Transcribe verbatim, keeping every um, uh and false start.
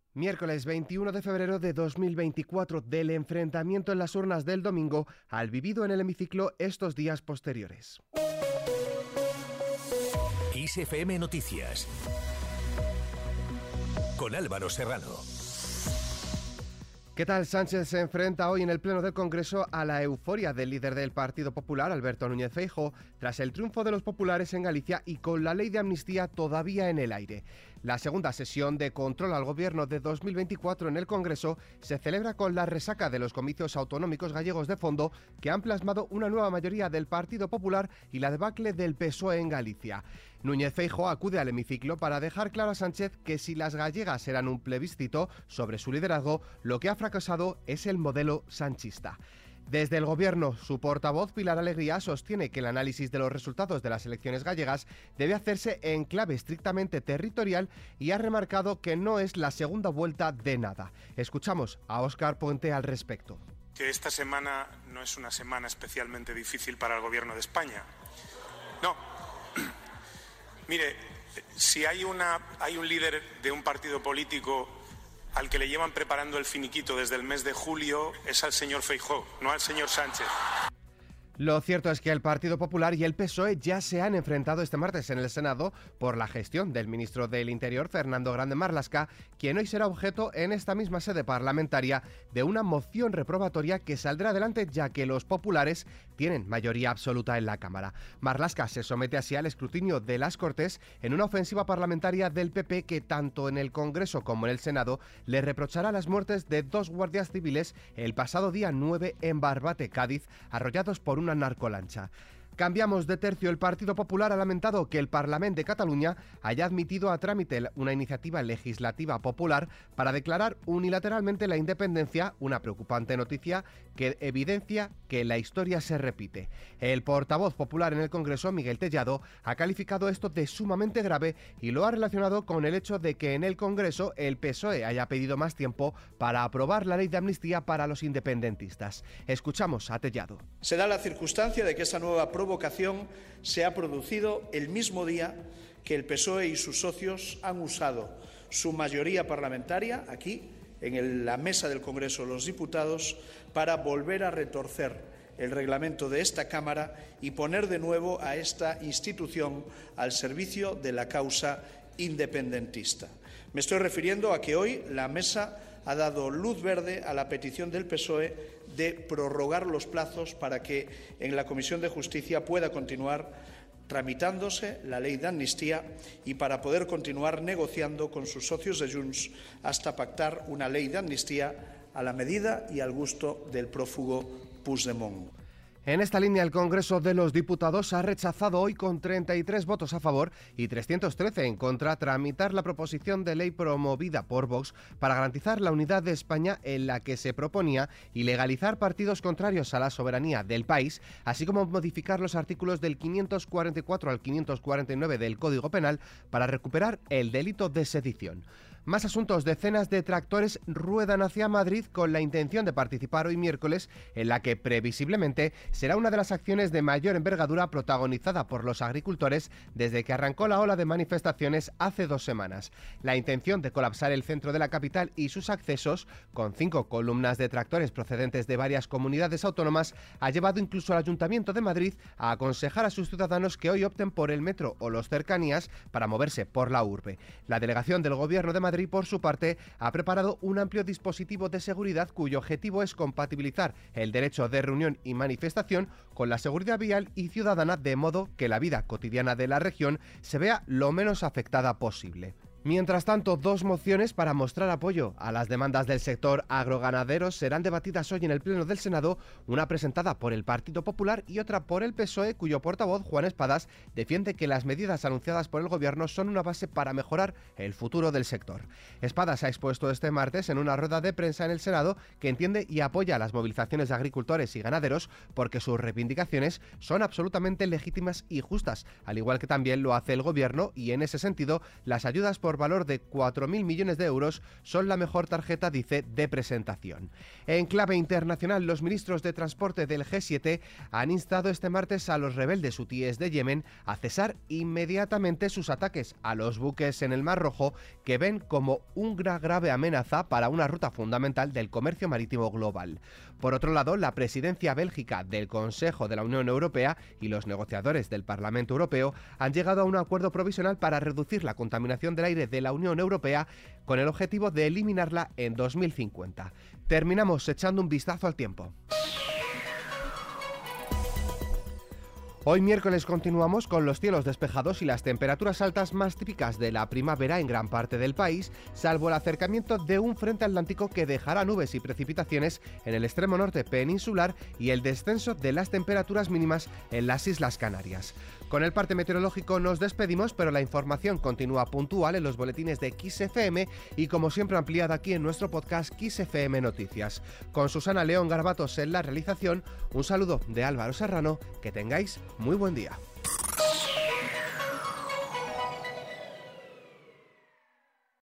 Miércoles veintiuno de febrero de dos mil veinticuatro, del enfrentamiento en las urnas del domingo al vivido en el hemiciclo estos días posteriores. Kiss F M Noticias con Álvaro Serrano. ¿Qué tal? Sánchez se enfrenta hoy en el Pleno del Congreso a la euforia del líder del Partido Popular, Alberto Núñez Feijóo, tras el triunfo de los populares en Galicia y con la ley de amnistía todavía en el aire. La segunda sesión de control al gobierno de dos mil veinticuatro en el Congreso se celebra con la resaca de los comicios autonómicos gallegos de fondo, que han plasmado una nueva mayoría del Partido Popular y la debacle del P S O E en Galicia. Núñez Feijóo acude al hemiciclo para dejar claro a Sánchez que si las gallegas eran un plebiscito sobre su liderazgo, lo que ha fracasado es el modelo sanchista. Desde el Gobierno, su portavoz Pilar Alegría sostiene que el análisis de los resultados de las elecciones gallegas debe hacerse en clave estrictamente territorial y ha remarcado que no es la segunda vuelta de nada. Escuchamos a Óscar Puente al respecto. Que esta semana no es una semana especialmente difícil para el Gobierno de España. No. Mire, si hay, una, hay un líder de un partido político al que le llevan preparando el finiquito desde el mes de julio, es al señor Feijóo, no al señor Sánchez. Lo cierto es que el Partido Popular y el P S O E ya se han enfrentado este martes en el Senado por la gestión del ministro del Interior, Fernando Grande Marlaska, quien hoy será objeto en esta misma sede parlamentaria de una moción reprobatoria que saldrá adelante ya que los populares tienen mayoría absoluta en la Cámara. Marlaska se somete así al escrutinio de las Cortes en una ofensiva parlamentaria del P P que tanto en el Congreso como en el Senado le reprochará las muertes de dos guardias civiles el pasado día nueve en Barbate, Cádiz, arrollados por una narcolancha. Cambiamos de tercio. El Partido Popular ha lamentado que el Parlament de Cataluña haya admitido a trámite una iniciativa legislativa popular para declarar unilateralmente la independencia, una preocupante noticia que evidencia que la historia se repite. El portavoz popular en el Congreso, Miguel Tellado, ha calificado esto de sumamente grave y lo ha relacionado con el hecho de que en el Congreso el P S O E haya pedido más tiempo para aprobar la ley de amnistía para los independentistas. Escuchamos a Tellado. Se da la circunstancia de que esa nueva provocación se ha producido el mismo día que el P S O E y sus socios han usado su mayoría parlamentaria aquí, en la mesa del Congreso de los Diputados, para volver a retorcer el reglamento de esta Cámara y poner de nuevo a esta institución al servicio de la causa independentista. Me estoy refiriendo a que hoy la mesa ha dado luz verde a la petición del P S O E de prorrogar los plazos para que en la Comisión de Justicia pueda continuar tramitándose la ley de amnistía y para poder continuar negociando con sus socios de Junts hasta pactar una ley de amnistía a la medida y al gusto del prófugo Puigdemont. En esta línea, el Congreso de los Diputados ha rechazado hoy con treinta y tres votos a favor y trescientos trece en contra tramitar la proposición de ley promovida por Vox para garantizar la unidad de España, en la que se proponía ilegalizar partidos contrarios a la soberanía del país, así como modificar los artículos del quinientos cuarenta y cuatro al quinientos cuarenta y nueve del Código Penal para recuperar el delito de sedición. Más asuntos. Decenas de tractores ruedan hacia Madrid con la intención de participar hoy miércoles en la que previsiblemente será una de las acciones de mayor envergadura protagonizada por los agricultores desde que arrancó la ola de manifestaciones hace dos semanas. La intención de colapsar el centro de la capital y sus accesos, con cinco columnas de tractores procedentes de varias comunidades autónomas, ha llevado incluso al Ayuntamiento de Madrid a aconsejar a sus ciudadanos que hoy opten por el metro o los cercanías para moverse por la urbe. La delegación del Gobierno de Madrid Madrid, por su parte, ha preparado un amplio dispositivo de seguridad cuyo objetivo es compatibilizar el derecho de reunión y manifestación con la seguridad vial y ciudadana, de modo que la vida cotidiana de la región se vea lo menos afectada posible. Mientras tanto, dos mociones para mostrar apoyo a las demandas del sector agroganadero serán debatidas hoy en el Pleno del Senado, una presentada por el Partido Popular y otra por el P S O E, cuyo portavoz, Juan Espadas, defiende que las medidas anunciadas por el Gobierno son una base para mejorar el futuro del sector. Espadas ha expuesto este martes en una rueda de prensa en el Senado que entiende y apoya las movilizaciones de agricultores y ganaderos porque sus reivindicaciones son absolutamente legítimas y justas, al igual que también lo hace el Gobierno, y en ese sentido las ayudas por por valor de cuatro mil millones de euros son la mejor tarjeta, dice, de presentación. En clave internacional, los ministros de Transporte del G siete han instado este martes a los rebeldes hutíes de Yemen a cesar inmediatamente sus ataques a los buques en el Mar Rojo, que ven como una grave amenaza para una ruta fundamental del comercio marítimo global. Por otro lado, la presidencia bélgica del Consejo de la Unión Europea y los negociadores del Parlamento Europeo han llegado a un acuerdo provisional para reducir la contaminación del aire de la Unión Europea con el objetivo de eliminarla en dos mil cincuenta. Terminamos echando un vistazo al tiempo. Hoy miércoles continuamos con los cielos despejados y las temperaturas altas más típicas de la primavera en gran parte del país, salvo el acercamiento de un frente atlántico que dejará nubes y precipitaciones en el extremo norte peninsular y el descenso de las temperaturas mínimas en las Islas Canarias. Con el parte meteorológico nos despedimos, pero la información continúa puntual en los boletines de X F M y como siempre ampliada aquí en nuestro podcast X F M Noticias. Con Susana León Garbatos en la realización, un saludo de Álvaro Serrano, que tengáis muy buen día.